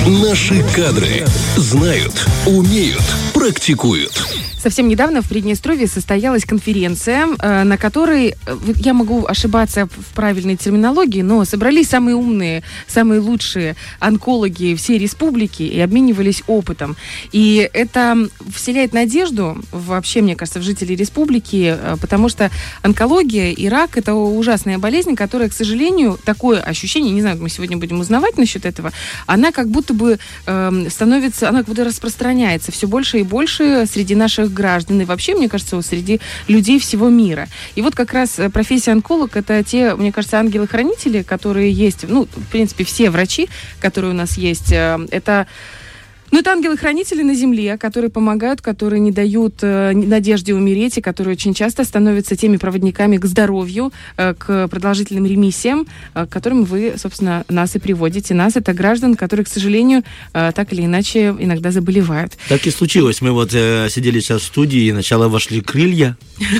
Наши кадры знают, умеют, практикуют. Совсем недавно в Приднестровье состоялась конференция, на которой, я могу ошибаться в правильной терминологии, но собрались самые умные, самые лучшие онкологи всей республики и обменивались опытом. И это вселяет надежду вообще, мне кажется, в жителей республики, потому что онкология и рак – это ужасная болезнь, которая, к сожалению, такое ощущение, не знаю, мы сегодня будем узнавать насчет этого, она как будто бы становится, она как будто распространяется все больше и больше среди наших граждан и вообще, мне кажется, среди людей всего мира. И вот как раз профессия онколог – это те, мне кажется, ангелы-хранители, которые есть, ну, в принципе, все врачи, которые у нас есть, это ангелы-хранители на земле, которые помогают, которые не дают надежде умереть, и которые очень часто становятся теми проводниками к здоровью, к продолжительным ремиссиям, к которым вы, собственно, нас и приводите. Нас — это граждан, которые, к сожалению, так или иначе иногда заболевают. Так и случилось. Мы вот сидели сейчас в студии, и сначала вошли крылья,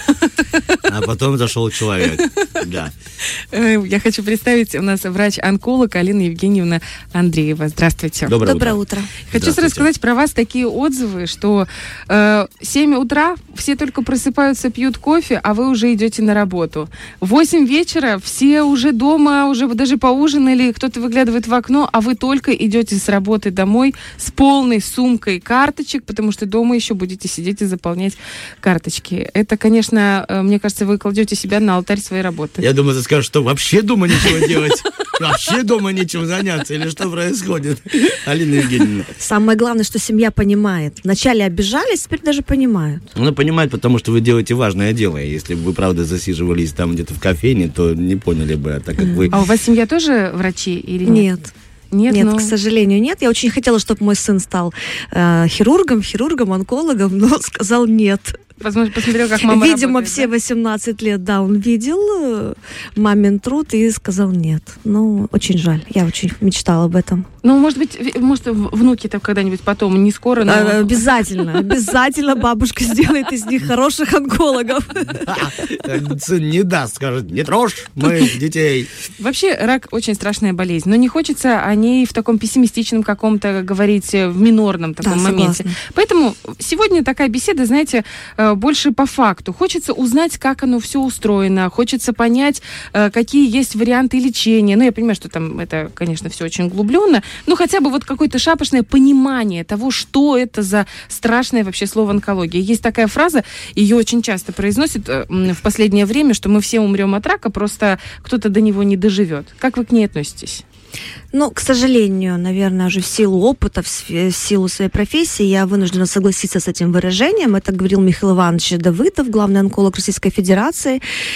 а потом зашел человек. Да. Я хочу представить, у нас врач-онколог Алина Евгеньевна Андреева. Здравствуйте. Доброе утро. Хочу рассказать про вас такие отзывы, что 7 утра все только просыпаются, пьют кофе, а вы уже идете на работу. 8 вечера все уже дома, уже даже поужинали, кто-то выглядывает в окно, а вы только идете с работы домой с полной сумкой карточек, потому что дома еще будете сидеть и заполнять карточки. Это, конечно, мне кажется, вы кладете себя на алтарь своей работы. Я думаю, ты скажешь, что вообще дома ничего делать? Вообще дома нечем заняться? Или что происходит? Алина Евгеньевна. Самое главное, что семья понимает. Вначале обижались, теперь даже понимают. Она понимает, потому что вы делаете важное дело. Если бы вы, правда, засиживались там где-то в кофейне, то не поняли бы, так как вы... А у вас семья тоже врачи или нет? Нет, к сожалению, нет. Я очень хотела, чтобы мой сын стал хирургом, онкологом, но сказал нет. Возможно, посмотрел, как мама Видимо, работает, все 18 лет, он видел мамин труд и сказал нет. Ну, очень жаль. Я очень мечтала об этом. Ну, может быть, внуки-то когда-нибудь потом, не скоро, но... Обязательно бабушка сделает из них хороших онкологов. Сын не даст, скажет, не трожь моих детей. Вообще, рак очень страшная болезнь, но не хочется о ней в таком пессимистичном каком-то говорить, в минорном таком моменте. Поэтому сегодня такая беседа, знаете, больше по факту. Хочется узнать, как оно все устроено, хочется понять, какие есть варианты лечения. Ну, я понимаю, что там это, конечно, все очень углубленно, но хотя бы вот какое-то шапошное понимание того, что это за страшное вообще слово онкология. Есть такая фраза, ее очень часто произносят в последнее время, что мы все умрем от рака, просто кто-то до него не доживет. Как вы к ней относитесь? Ну, к сожалению, наверное, уже в силу опыта, в силу своей профессии, я вынуждена согласиться с этим выражением. Это говорил Михаил Иванович Давыдов, главный онколог Российской Федерации.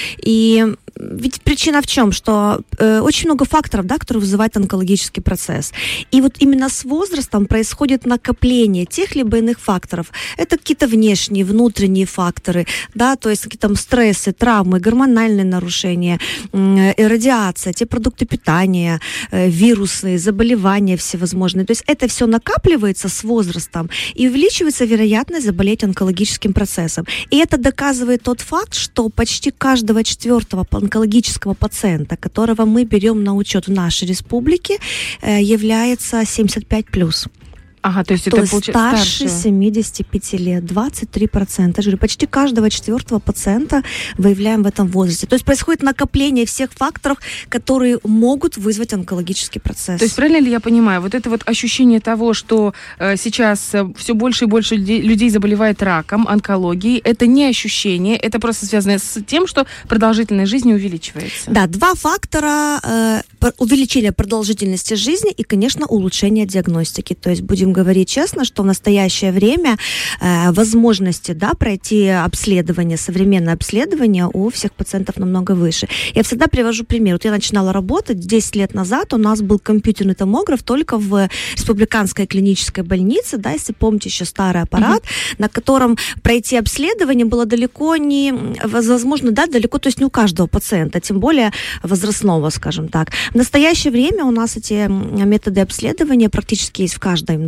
И ведь причина в чем? Что очень много факторов, которые вызывают онкологический процесс. И вот именно с возрастом происходит накопление тех либо иных факторов. Это какие-то внешние, внутренние факторы, то есть какие-то там стрессы, травмы, гормональные нарушения, радиация, те продукты питания, вирусные, заболевания всевозможные. То есть это все накапливается с возрастом и увеличивается вероятность заболеть онкологическим процессом. И это доказывает тот факт, что почти каждого 4-го онкологического пациента, которого мы берем на учет в нашей республике, является 75+. Ага, то есть это получается старше 75 лет, 23%. Я говорю, почти каждого 4-го пациента выявляем в этом возрасте. То есть происходит накопление всех факторов, которые могут вызвать онкологический процесс. То есть правильно ли я понимаю, вот это вот ощущение того, что сейчас все больше и больше людей заболевает раком, онкологией, это не ощущение, это просто связано с тем, что продолжительность жизни увеличивается? Да, 2 фактора: увеличение продолжительности жизни и, конечно, улучшение диагностики. То есть будем говорить честно, что в настоящее время возможности пройти обследование, современное обследование у всех пациентов намного выше. Я всегда привожу пример. Вот я начинала работать 10 лет назад, у нас был компьютерный томограф только в Республиканской клинической больнице, если помните, еще старый аппарат, на котором пройти обследование было далеко не возможно, далеко, то есть не у каждого пациента, тем более возрастного, скажем так. В настоящее время у нас эти методы обследования практически есть в каждом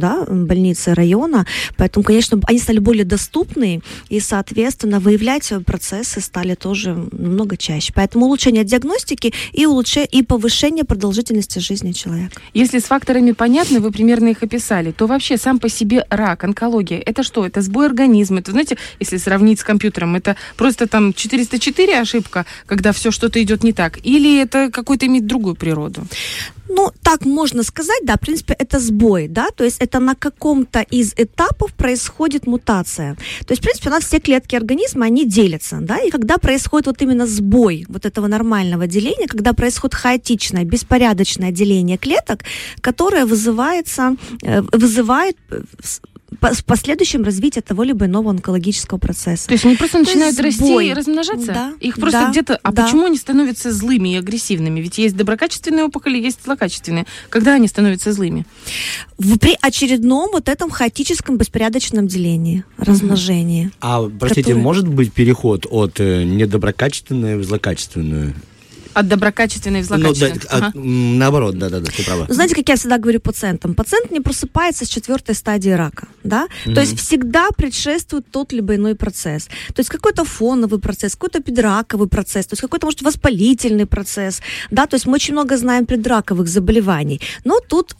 да, больницы района, поэтому, конечно, они стали более доступны, и, соответственно, выявлять процессы стали тоже намного чаще. Поэтому улучшение диагностики и повышение продолжительности жизни человека. Если с факторами понятно, вы примерно их описали, то вообще сам по себе рак, онкология, это что? Это сбой организма. Это, знаете, если сравнить с компьютером, это просто там 404 ошибка, когда все что-то идет не так, или это какой-то имеет другую природу? Ну, так можно сказать, да, в принципе, это сбой, да, то есть это на каком-то из этапов происходит мутация. То есть, в принципе, у нас все клетки организма, они делятся, да, и когда происходит вот именно сбой вот этого нормального деления, когда происходит хаотичное, беспорядочное деление клеток, которое вызывает в последующем развитие того либо иного онкологического процесса. То есть они просто начинают расти и размножаться? Да, их просто где-то... А да. почему они становятся злыми и агрессивными? Ведь есть доброкачественные опухоли, есть злокачественные. Когда они становятся злыми? При очередном вот этом хаотическом беспорядочном делении, размножении. А, простите, может быть переход от недоброкачественной в злокачественную? От доброкачественной в злокачественной. Наоборот, да, ты права. Знаете, как я всегда говорю пациентам, пациент не просыпается с 4-й стадии рака, да? То есть всегда предшествует тот либо иной процесс. То есть какой-то фоновый процесс, какой-то предраковый процесс, то есть какой-то, может, воспалительный процесс, да? То есть мы очень много знаем предраковых заболеваний, но тут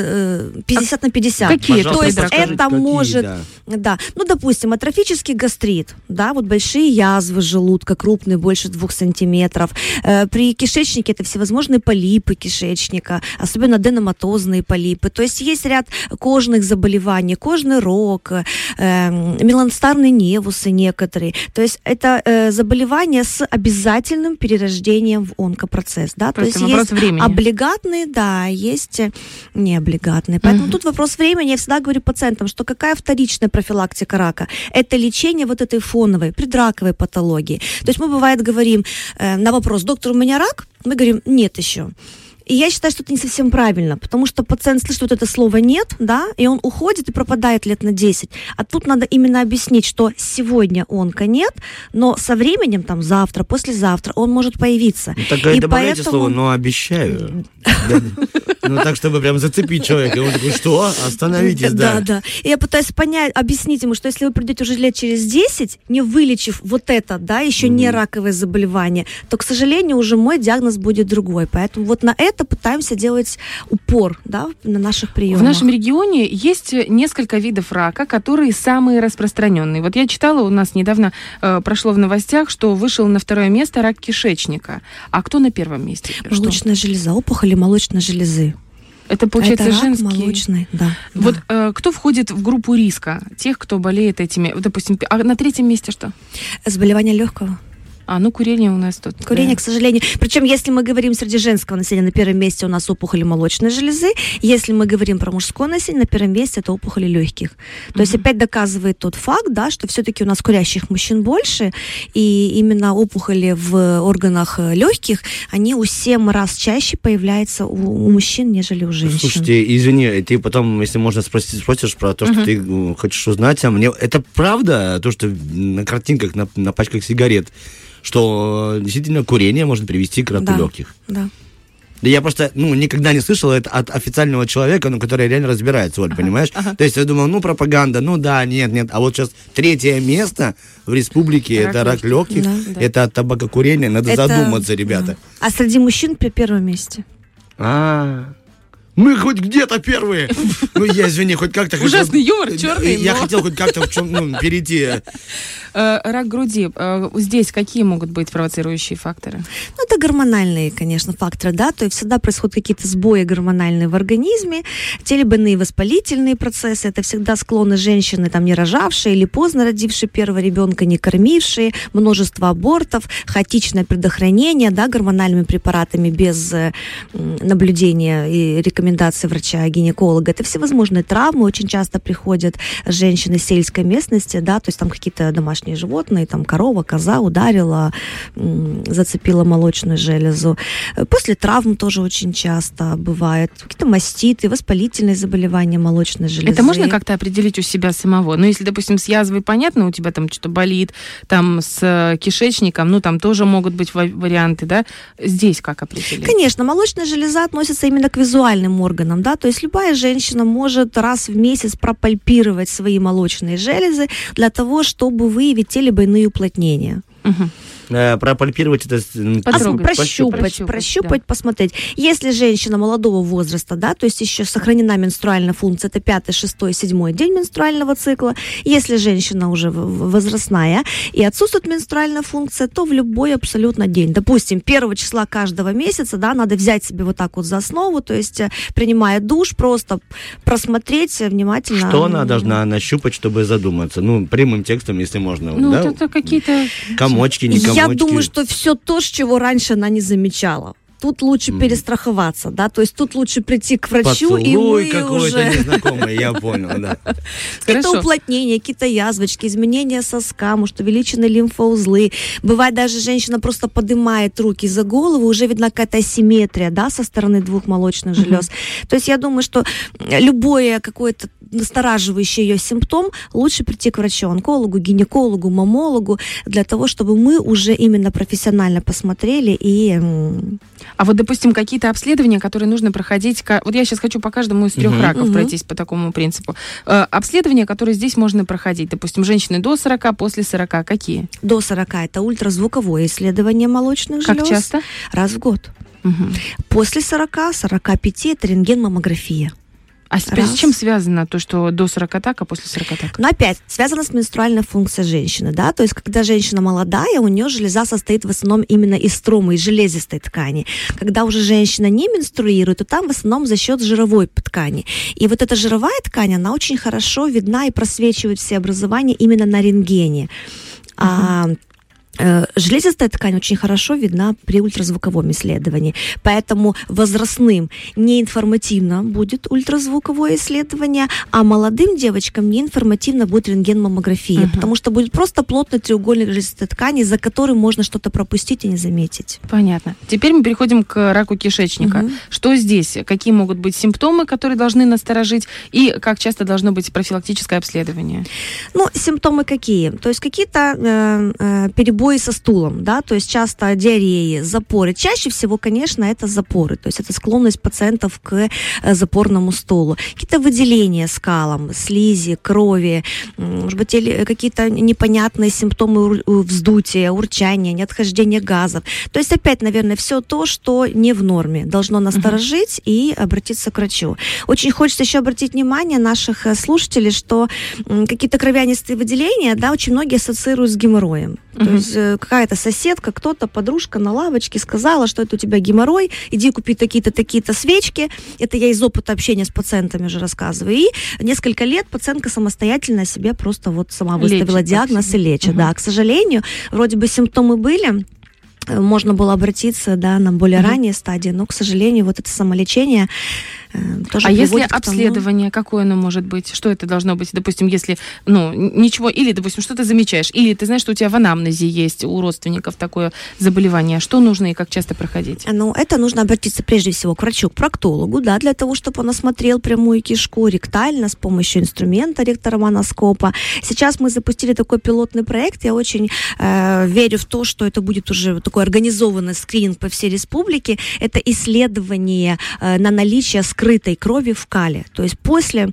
50 на 50. Какие то есть это может... Да. Ну, допустим, атрофический гастрит, да, вот большие язвы желудка, крупные, больше 2 сантиметров. При кишечнике это всевозможные полипы кишечника, особенно аденоматозные полипы. То есть есть ряд кожных заболеваний, кожный рак, меланстарные невусы некоторые. То есть это заболевания с обязательным перерождением в онкопроцесс. Да? То есть есть времени. Облигатные, да, есть необлигатные. Поэтому тут вопрос времени. Я всегда говорю пациентам, что какая вторичная профилактика рака? Это лечение вот этой фоновой, предраковой патологии. То есть мы, бывает, говорим на вопрос: доктор, у меня рак? Мы говорим: нет еще. И я считаю, что это не совсем правильно, потому что пациент слышит вот это слово «нет», да, и он уходит и пропадает лет на 10. А тут надо именно объяснить, что сегодня онко нет, но со временем, там, завтра, послезавтра он может появиться. Ну, тогда и добавляйте слово «но обещаю». Ну, так, чтобы прям зацепить человека. И он такой: что? Остановитесь, да. Да. И я пытаюсь объяснить ему, что если вы придете уже лет через 10, не вылечив вот это, да, еще не раковое заболевание, то, к сожалению, уже мой диагноз будет другой. Поэтому вот на это пытаемся делать упор, да, на наших приемах. В нашем регионе есть несколько видов рака, которые самые распространенные. Вот я читала, у нас недавно прошло в новостях, что вышел на 2 место рак кишечника. А кто на 1 месте? Молочная железа, опухоли молочной железы. Это, получается, это рак женский... молочный, да. Вот кто входит в группу риска? Тех, кто болеет этими... Допустим, а на 3 месте что? Заболевание легкого. Курение у нас тут. Курение, да. К сожалению. Причем, если мы говорим среди женского населения, на 1 месте у нас опухоли молочной железы. Если мы говорим про мужское население, на 1 месте это опухоли легких. То есть опять доказывает тот факт, да, что все-таки у нас курящих мужчин больше, и именно опухоли в органах легких, они у 7 раз чаще появляются у мужчин, нежели у женщин. Слушайте, извини, ты потом, если можно, спросишь про то, что ты хочешь узнать, а мне это правда, то, что на картинках, на пачках сигарет, что действительно курение может привести к раку легких. Да. Да я просто, никогда не слышал это от официального человека, который реально разбирается, Оль, понимаешь? То есть я думал, пропаганда, нет. А вот сейчас 3 место в республике, это рак легких, это от табакокурения, надо задуматься, ребята. А среди мужчин при 1 месте. Мы хоть где-то первые. Я, извини, хоть как-то... Ужасный юмор, черный. Я хотел хоть как-то перейти. Рак груди. Здесь какие могут быть провоцирующие факторы? Это гормональные, конечно, факторы, да. То есть всегда происходят какие-то сбои гормональные в организме, те либо иные воспалительные процессы. Это всегда склонны женщины, не рожавшие или поздно родившие первого ребенка, не кормившие, множество абортов, хаотичное предохранение, да, гормональными препаратами без наблюдения и рекомендаций врача-гинеколога. Это всевозможные травмы. Очень часто приходят женщины с сельской местности, да, то есть там какие-то домашние животные, корова, коза ударила, зацепила молочную железу. После травм тоже очень часто бывает. Какие-то маститы, воспалительные заболевания молочной железы. Это можно как-то определить у себя самого? Если, допустим, с язвой понятно, у тебя там что-то болит, с кишечником, там тоже могут быть варианты, да? Здесь как определить? Конечно, молочная железа относится именно к визуальным репродуктивным органам, да, то есть любая женщина может раз в месяц пропальпировать свои молочные железы для того, чтобы выявить те либо иные уплотнения. Пропальпировать это... Прощупать, посмотреть. Если женщина молодого возраста, да, то есть еще сохранена менструальная функция, это 5, 6, 7 день менструального цикла. Если женщина уже возрастная и отсутствует менструальная функция, то в любой абсолютно день. Допустим, 1 числа каждого месяца, да, надо взять себе вот так вот за основу, то есть принимая душ, просто просмотреть внимательно. Что она должна нащупать, чтобы задуматься? Ну, прямым текстом, если можно. Ну, да? это какие-то... Комочки, не комочки. Я думаю, что все то, чего раньше она не замечала. Тут лучше перестраховаться, да, то есть тут лучше прийти к врачу, поцелуй и мы какой-то уже... незнакомый, я понял, да. Какие-то уплотнения, какие-то язвочки, изменения соска, может, увеличены лимфоузлы. Бывает, даже женщина просто поднимает руки за голову, уже видна какая-то асимметрия, да, со стороны двух молочных желез. То есть я думаю, что любое какое-то настораживающий ее симптом, лучше прийти к врачу, онкологу, гинекологу, мамологу, для того, чтобы мы уже именно профессионально посмотрели и... А вот, допустим, какие-то обследования, которые нужно проходить... Вот я сейчас хочу по каждому из 3 раков пройтись по такому принципу. Обследования, которые здесь можно проходить, допустим, женщины до 40, после 40, какие? До 40 это ультразвуковое исследование молочных желез. Как часто? Раз в год. После 40-45 это рентген-маммография. А с чем связано то, что до 40 так, а после 40 так? Но опять, связано с менструальной функцией женщины, да, то есть когда женщина молодая, у нее железа состоит в основном именно из стромы, из железистой ткани. Когда уже женщина не менструирует, то там в основном за счет жировой ткани. И вот эта жировая ткань, она очень хорошо видна и просвечивает все образования именно на рентгене. Железистая ткань очень хорошо видна при ультразвуковом исследовании, поэтому возрастным неинформативно будет ультразвуковое исследование, а молодым девочкам неинформативно будет рентген-маммография, потому что будет просто плотный треугольник железистой ткани, за которым можно что-то пропустить и не заметить. Понятно. Теперь мы переходим к раку кишечника. Что здесь? Какие могут быть симптомы, которые должны насторожить, и как часто должно быть профилактическое обследование? Ну, симптомы какие? То есть какие-то перебои со стулом, да, то есть часто диареи, запоры. Чаще всего, конечно, это запоры, то есть это склонность пациентов к запорному стулу. Какие-то выделения скалом, слизи, крови, может быть, какие-то непонятные симптомы вздутия, урчания, неотхождения газов. То есть опять, наверное, все то, что не в норме, должно насторожить и обратиться к врачу. Очень хочется еще обратить внимание наших слушателей, что какие-то кровянистые выделения, да, очень многие ассоциируют с геморроем. То есть какая-то соседка, кто-то, подружка на лавочке сказала, что это у тебя геморрой, иди купи такие-то свечки. Это я из опыта общения с пациентами уже рассказываю. И несколько лет пациентка самостоятельно себе просто вот сама выставила диагноз и лечит. Да, к сожалению, вроде бы симптомы были, можно было обратиться, да, на более ранние стадии, но, к сожалению, вот это самолечение тоже приводит если к тому... обследование, какое оно может быть? Что это должно быть? Допустим, если, ничего, или, допустим, что ты замечаешь, или ты знаешь, что у тебя в анамнезе есть у родственников такое заболевание, что нужно и как часто проходить? Ну, это нужно обратиться прежде всего к врачу, к проктологу, да, для того, чтобы он осмотрел прямую кишку ректально с помощью инструмента ректоромоноскопа. Сейчас мы запустили такой пилотный проект, я очень верю в то, что это будет уже такой организованный скрининг по всей республике. Это исследование на наличие скрытой крови в кале. То есть после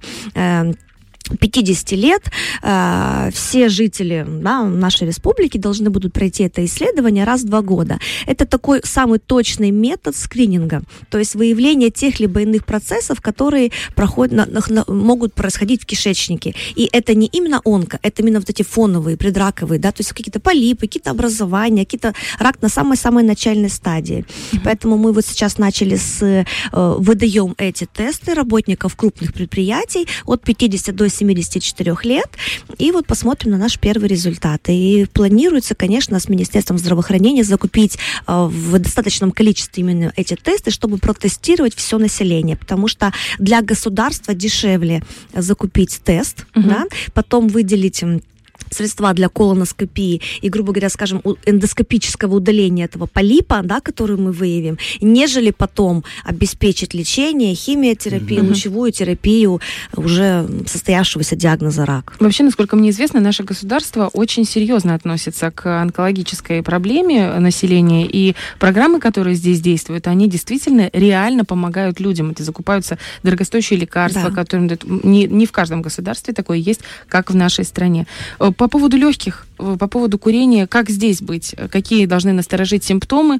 50 лет все жители, да, нашей республики должны будут пройти это исследование раз в 2 года. Это такой самый точный метод скрининга, то есть выявление тех либо иных процессов, которые могут происходить в кишечнике. И это не именно онко, это именно вот эти фоновые, предраковые, да, то есть какие-то полипы, какие-то образования, какие-то рак на самой-самой начальной стадии. Поэтому мы вот сейчас начали выдаем эти тесты работников крупных предприятий от 50 до 74 лет, и вот посмотрим на наш первый результат. И планируется, конечно, с Министерством здравоохранения закупить в достаточном количестве именно эти тесты, чтобы протестировать все население, потому что для государства дешевле закупить тест, да, потом выделить средства для колоноскопии и, грубо говоря, скажем, эндоскопического удаления этого полипа, да, который мы выявим, нежели потом обеспечить лечение, химиотерапию, лучевую терапию уже состоявшегося диагноза рак. Вообще, насколько мне известно, наше государство очень серьезно относится к онкологической проблеме населения, и программы, которые здесь действуют, они действительно реально помогают людям. Это закупаются дорогостоящие лекарства, которые не в каждом государстве такое есть, как в нашей стране. По поводу легких, по поводу курения, как здесь быть? Какие должны насторожить симптомы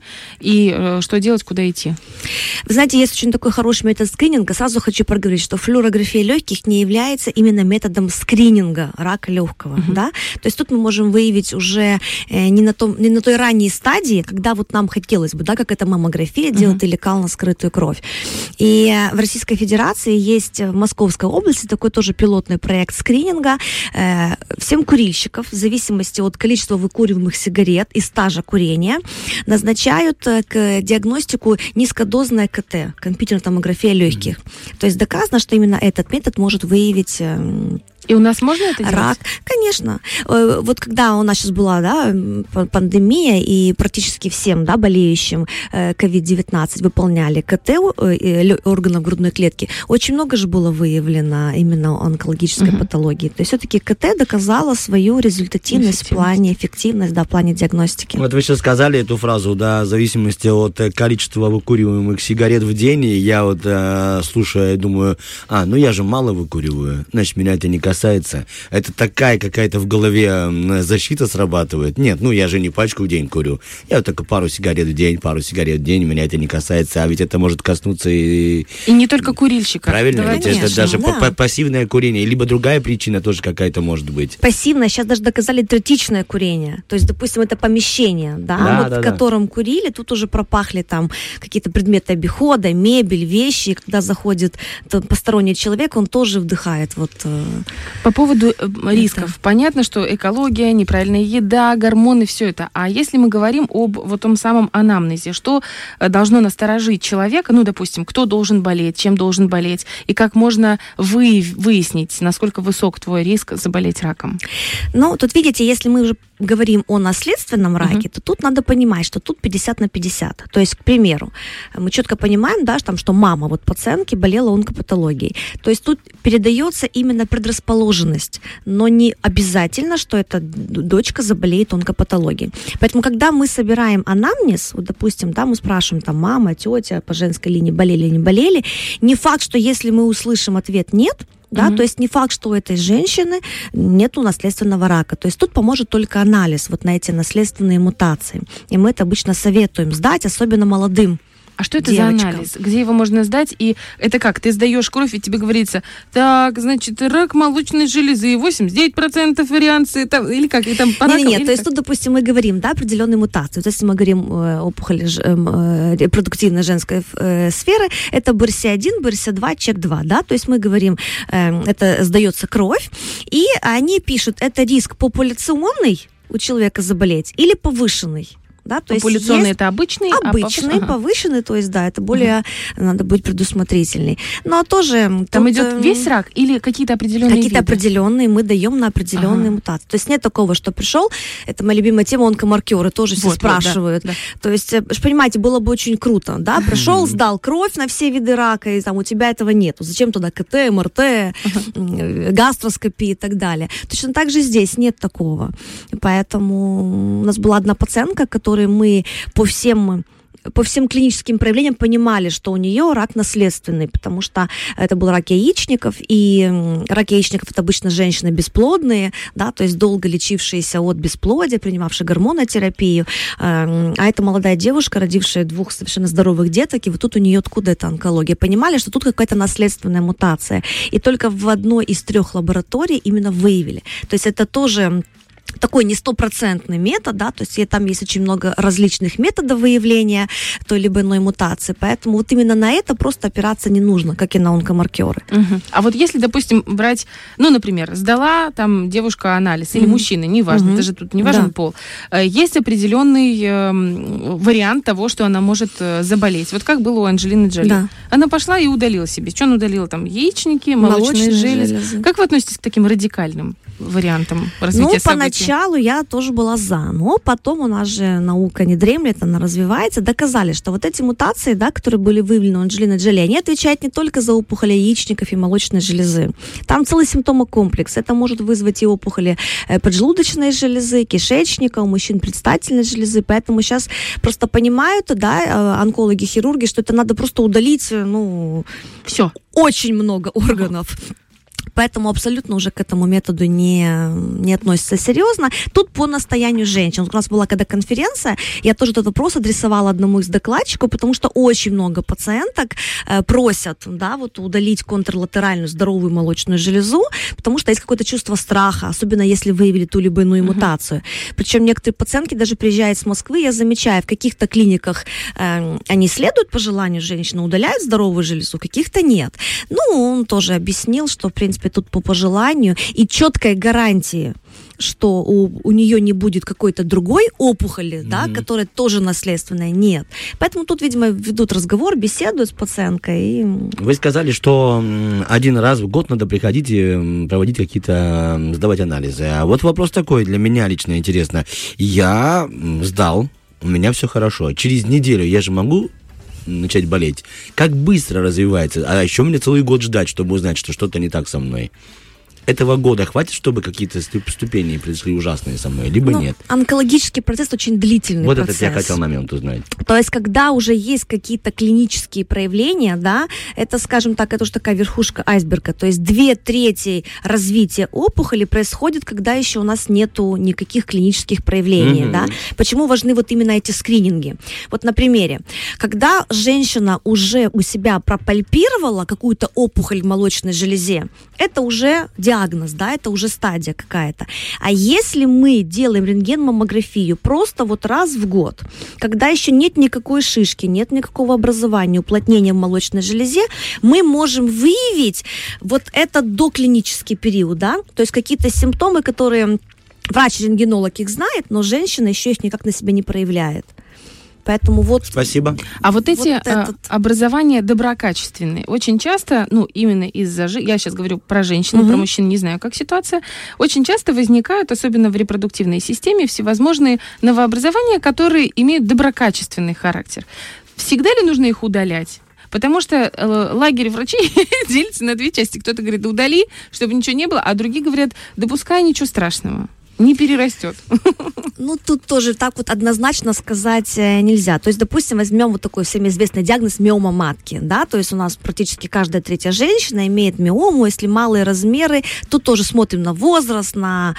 и что делать, куда идти? Вы знаете, есть очень такой хороший метод скрининга. Сразу хочу проговорить, что флюорография легких не является именно методом скрининга рака легкого. Да? То есть тут мы можем выявить уже не на той ранней стадии, когда вот нам хотелось бы, да, как это маммография делает или кал на скрытую кровь. И в Российской Федерации есть в Московской области такой тоже пилотный проект скрининга. Всем курильщиков, в зависимости от количества выкуриваемых сигарет и стажа курения, назначают к диагностику низкодозное КТ, компьютерная томография легких. То есть доказано, что именно этот метод может выявить и у нас можно это делать? Рак, конечно. Вот когда у нас сейчас была, да, пандемия, и практически всем, да, болеющим COVID-19 выполняли КТ органов грудной клетки, очень много же было выявлено именно онкологической патологии. То есть все-таки КТ доказала свою результативность в плане эффективности, да, в плане диагностики. Вот вы сейчас сказали эту фразу, да, в зависимости от количества выкуриваемых сигарет в день, и я вот слушаю, думаю, ну я же мало выкуриваю, значит, меня это не касается. Это такая какая-то в голове защита срабатывает. Нет, я же не пачку в день курю. Я вот только пару сигарет в день, меня это не касается. А ведь это может коснуться и не только курильщика. Правильно? Давайте. Ведь это даже да. Пассивное курение. Либо другая причина тоже какая-то может быть. Пассивное. Сейчас даже доказали третичное курение. То есть, допустим, это помещение, в котором курили. Тут уже пропахли там какие-то предметы обихода, мебель, вещи. Когда заходит посторонний человек, он тоже вдыхает вот... По поводу рисков. Понятно, что экология, неправильная еда, гормоны, все это. А если мы говорим об вот том самом анамнезе, что должно насторожить человека, допустим, кто должен болеть, чем должен болеть, и как можно выяснить, насколько высок твой риск заболеть раком? Тут видите, если мы уже говорим о наследственном раке, то тут надо понимать, что тут 50/50. То есть, к примеру, мы четко понимаем, да, что мама пациентки болела онкопатологией. То есть тут передается именно предрасположенность, но не обязательно, что эта дочка заболеет онкопатологией. Поэтому, когда мы собираем анамнез, вот, допустим, да, мы спрашиваем, мама, тетя по женской линии болели или не болели, не факт, что если мы услышим ответ «нет», да, то есть не факт, что у этой женщины нету наследственного рака. То есть тут поможет только анализ на эти наследственные мутации. И мы это обычно советуем сдать, особенно молодым. А что это девочкам. за анализ? Где его можно сдать? И это как? Ты сдаешь кровь, и тебе говорится, так, значит, рак молочной железы, 89% варианции, или как? И там по ракам, Нет, то есть тут, допустим, мы говорим, да, определенные мутации. Вот если мы говорим опухоли репродуктивной женской сферы, это БРСА1, БРСА2, ЧЕК2, да, то есть мы говорим, это сдается кровь, и они пишут, это риск популяционный у человека заболеть или повышенный. Да, то популяционный есть это обычный? Обычный, повышенный, то есть, да, это более надо быть предусмотрительной. Но тоже... Там идет весь рак или какие-то определенные Какие-то виды? Определенные, мы даем на определенные мутации. То есть нет такого, что пришел, это моя любимая тема, онкомаркеры, тоже все спрашивают. Да. То есть, понимаете, было бы очень круто, да, пришел, сдал кровь на все виды рака, и там у тебя этого нету. Зачем туда КТ, МРТ, гастроскопия и так далее. Точно так же здесь нет такого. Поэтому у нас была одна пациентка, которой мы по всем клиническим проявлениям понимали, что у нее рак наследственный, потому что это был рак яичников, и рак яичников это обычно женщины бесплодные, да, то есть долго лечившиеся от бесплодия, принимавшие гормонотерапию, а это молодая девушка, родившая 2 совершенно здоровых деток, и вот тут у нее откуда эта онкология. Понимали, что тут какая-то наследственная мутация, и только в одной из 3 лабораторий именно выявили. То есть это тоже такой не стопроцентный метод, да, то есть там есть очень много различных методов выявления той либо иной мутации, поэтому вот именно на это просто опираться не нужно, как и на онкомаркеры. А вот если, допустим, брать, ну, например, сдала там девушка анализ или мужчина, неважно, это же тут не важен пол, есть определенный вариант того, что она может заболеть. Вот как было у Анджелины Джоли. Да. Она пошла и удалила себе. Что она удалила? Там яичники, молочные железы. Как вы относитесь к таким радикальным вариантам развития событий? Поначалу я тоже была за, но потом у нас же наука не дремлет, она развивается, доказали, что вот эти мутации, да, которые были выявлены у Анджелины Джоли, они отвечают не только за опухоли яичников и молочной железы. Там целый симптомокомплекс. Это может вызвать и опухоли поджелудочной железы, кишечника, у мужчин предстательной железы, поэтому сейчас просто понимают, да, онкологи, хирурги, что это надо просто удалить, все. Очень много органов. Поэтому абсолютно уже к этому методу не относятся серьезно. Тут по настоянию женщин. У нас была когда конференция, я тоже этот вопрос адресовала одному из докладчиков, потому что очень много пациенток просят, да, вот удалить контрлатеральную здоровую молочную железу, потому что есть какое-то чувство страха, особенно если выявили ту либо иную мутацию. Причем некоторые пациентки даже приезжают с Москвы, я замечаю, в каких-то клиниках они следуют по желанию женщины, удаляют здоровую железу, в каких-то нет. Он тоже объяснил, что, в принципе, тут по пожеланию и четкой гарантии, что у нее не будет какой-то другой опухоли, да, которая тоже наследственная, нет. Поэтому тут, видимо, ведут разговор, беседуют с пациенткой. Вы сказали, что один раз в год надо приходить и проводить какие-то, сдавать анализы. А вот вопрос такой, для меня лично интересно. Я сдал, у меня все хорошо. Через неделю я же могу начать болеть. Как быстро развивается? А еще мне целый год ждать, чтобы узнать, что что-то не так со мной. Этого года хватит, чтобы какие-то ступени произошли ужасные со мной, либо нет? Онкологический процесс очень длительный вот процесс. Вот это я хотел момент узнать. То есть, когда уже есть какие-то клинические проявления, да, это, скажем так, это уже такая верхушка айсберга. То есть 2/3 развития опухоли происходит, когда еще у нас нету никаких клинических проявлений, да. Почему важны вот именно эти скрининги? Вот на примере. Когда женщина уже у себя пропальпировала какую-то опухоль в молочной железе, это уже диагноз, да, это уже стадия какая-то. А если мы делаем рентген-маммографию просто вот раз в год, когда еще нет никакой шишки, нет никакого образования, уплотнения в молочной железе, мы можем выявить вот этот доклинический период, да, то есть какие-то симптомы, которые врач-рентгенолог их знает, но женщина еще их никак на себя не проявляет. Поэтому вот... Спасибо. А вот эти образования доброкачественные, очень часто, именно из-за... Я сейчас говорю про женщин, про мужчин, не знаю, как ситуация. Очень часто возникают, особенно в репродуктивной системе, всевозможные новообразования, которые имеют доброкачественный характер. Всегда ли нужно их удалять? Потому что лагерь врачей делится на две части. Кто-то говорит, да удали, чтобы ничего не было, а другие говорят, да пускай, ничего страшного. Не перерастет. Тут тоже так вот однозначно сказать нельзя. То есть, допустим, возьмем вот такой всем известный диагноз миома матки, да, то есть у нас практически каждая третья женщина имеет миому, если малые размеры, тут тоже смотрим на возраст, на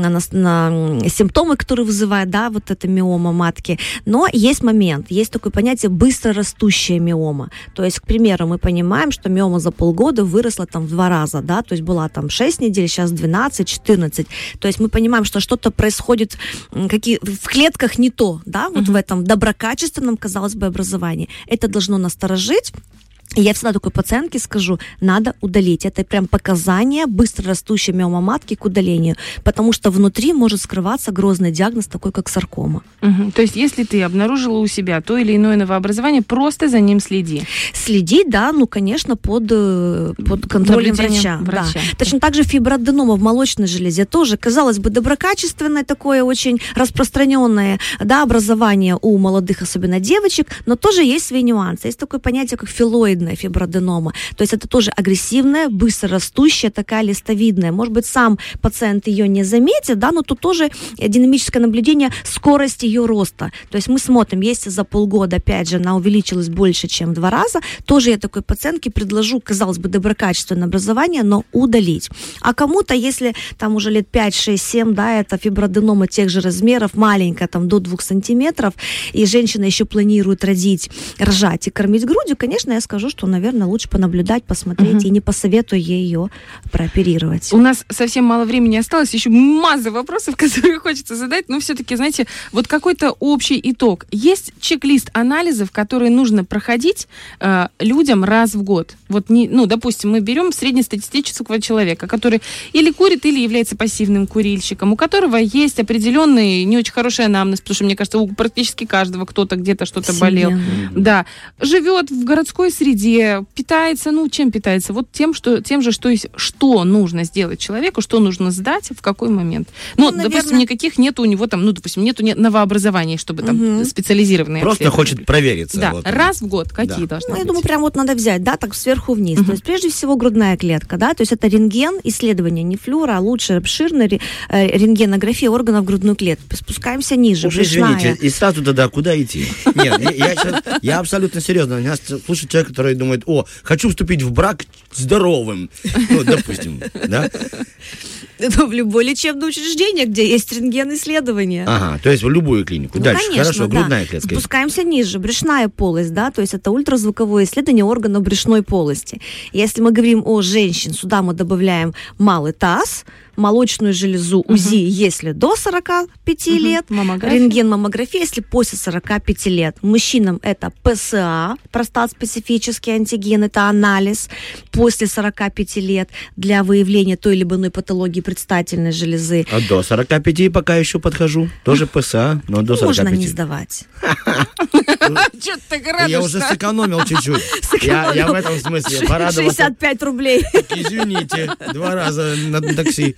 симптомы, которые вызывают, да, вот эта миома матки. Но есть момент, есть такое понятие быстрорастущая миома. То есть, к примеру, мы понимаем, что миома за полгода выросла там в 2 раза, да, то есть была там 6 недель, сейчас 12, 14. То есть мы понимаем, что что-то происходит в клетках не то, да, вот в этом доброкачественном, казалось бы, образовании. Это должно насторожить. Я всегда такой пациентке скажу, надо удалить. Это прям показание быстрорастущей миома матки к удалению, потому что внутри может скрываться грозный диагноз, такой как саркома. То есть, если ты обнаружила у себя то или иное новообразование, просто за ним следи. Следить, да, конечно, под контролем врача. Да. Точно так же фиброаденома в молочной железе тоже, казалось бы, доброкачественное такое очень распространенное, да, образование у молодых, особенно девочек, но тоже есть свои нюансы. Есть такое понятие, как филоидная фиброаденома. То есть это тоже агрессивная, быстрорастущая, такая листовидная. Может быть, сам пациент ее не заметит, да, но тут тоже динамическое наблюдение скорости ее роста. То есть мы смотрим, если за полгода, опять же, она увеличилась больше, чем в 2 раза, тоже я такой пациентке предложу, казалось бы, доброкачественное образование, но удалить. А кому-то, если там уже лет 5, 6, 7, да, это фиброаденома тех же размеров, маленькая, там до 2 сантиметров, и женщина еще планирует рожать и кормить грудью, конечно, я скажу, скажу, что, наверное, лучше понаблюдать, посмотреть, и не посоветую ей ее прооперировать. У нас совсем мало времени осталось, еще масса вопросов, которые хочется задать, но все-таки, знаете, вот какой-то общий итог. Есть чек-лист анализов, которые нужно проходить людям раз в год. Вот, допустим, мы берем среднестатистического человека, который или курит, или является пассивным курильщиком, у которого есть определенный не очень хороший анамнез, потому что, мне кажется, у практически каждого кто-то где-то что-то болел. Да. Живет в городской среде, питается, чем питается? Вот тем же, что нужно сделать человеку, что нужно сдать, в какой момент. Допустим, никаких нету у него нету новообразований, чтобы там специализированные просто хочет провериться. Да, раз в год какие должны быть? Я думаю, прям надо взять, так сверху вниз. То есть, прежде всего, грудная клетка, то есть это рентген, исследование не флюора, а лучше обширная рентгенография органов грудной клетки. Спускаемся ниже, брюшная. Извините, и сразу тогда куда идти? Нет, я абсолютно серьезно. Меня слушает человек, который думает, хочу вступить в брак здоровым. Допустим, да? В любое лечебное учреждение, где есть рентген-исследование. Ага, то есть в любую клинику. Дальше, конечно, хорошо, грудная клетка. Спускаемся ниже, брюшная полость, то есть это ультразвуковое исследование органов брюшной полости. Если мы говорим о женщине, сюда мы добавляем малый таз, молочную железу УЗИ, если до 45 лет, рентген-маммография, если после 45 лет. Мужчинам это ПСА, простат-специфический антиген, это анализ после 45 лет для выявления той или иной патологии предстательной железы. А до 45 пока еще подхожу, тоже ПСА, но до 45. Можно не сдавать. Что ты так радуешься? Я уже сэкономил чуть-чуть. Я в этом смысле порадовался. 65 рублей. Извините, 2 раза на такси.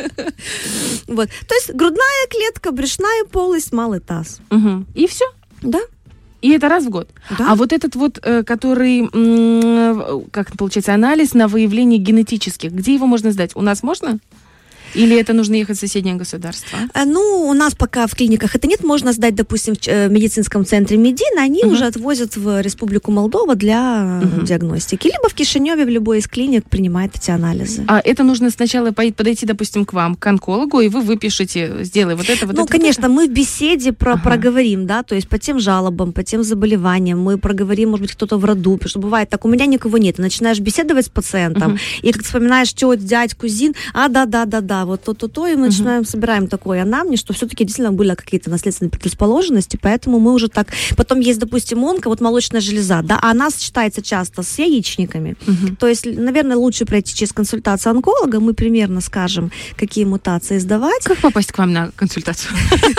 Вот. То есть грудная клетка, брюшная полость, малый таз. И все? Да. И это раз в год. Да. А вот этот который, как получается, анализ на выявление генетических, где его можно сдать? У нас можно? Или это нужно ехать в соседнее государство? У нас пока в клиниках это нет. Можно сдать, допустим, в медицинском центре Медина. Они уже отвозят в Республику Молдова для диагностики. Либо в Кишиневе в любой из клиник принимают эти анализы. А это нужно сначала подойти, допустим, к вам, к онкологу, и вы выпишете, сделай вот это, вот это. Конечно, мы в беседе проговорим, то есть по тем жалобам, по тем заболеваниям. Мы проговорим, может быть, кто-то в роду. Потому что бывает так, у меня никого нет. Ты начинаешь беседовать с пациентом, и как вспоминаешь теть, дядь, кузин, да, вот то, и мы собираем такой анамнез, что все-таки действительно были какие-то наследственные предрасположенности, поэтому мы уже так... Потом есть, допустим, молочная железа, а она сочетается часто с яичниками. То есть, наверное, лучше пройти через консультацию онколога, мы примерно скажем, какие мутации сдавать. Как попасть к вам на консультацию?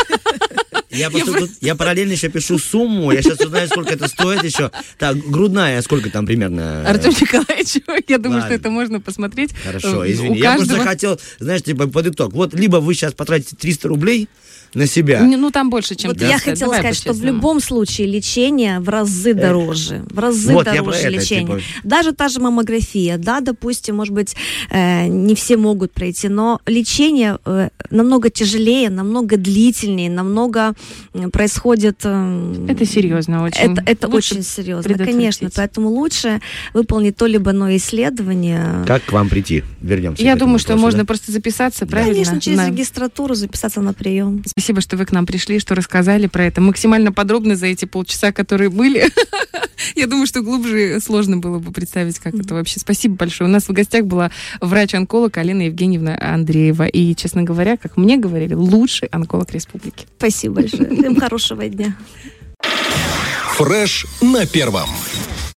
Я параллельно еще пишу сумму, я сейчас узнаю, сколько это стоит еще. Так, грудная, сколько там примерно? Артем Николаевич, я думаю, что это можно посмотреть. Хорошо, извини. Я просто хотел, знаешь, под итог. Вот либо вы сейчас потратите 300 рублей на себя. Там больше, чем 300. Я хотела сказать, что в любом случае лечение в разы дороже. В разы дороже лечение. Даже та же маммография, допустим, может быть, не все могут пройти, но лечение намного тяжелее, намного длительнее, намного происходит... Это серьезно очень. Это очень серьезно, конечно. Поэтому лучше выполнить то либо иное исследование. Как к вам прийти? Вернемся. Я думаю, что можно просто записаться, правильно? Конечно, через регистратуру записаться на прием. Спасибо, что вы к нам пришли, что рассказали про это максимально подробно за эти полчаса, которые были. Я думаю, что глубже сложно было бы представить, как это вообще. Спасибо большое. У нас в гостях была врач-онколог Алена Евгеньевна Андреева. И, честно говоря, как мне говорили, лучший онколог республики. Спасибо большое. Всем хорошего дня. Фреш на первом.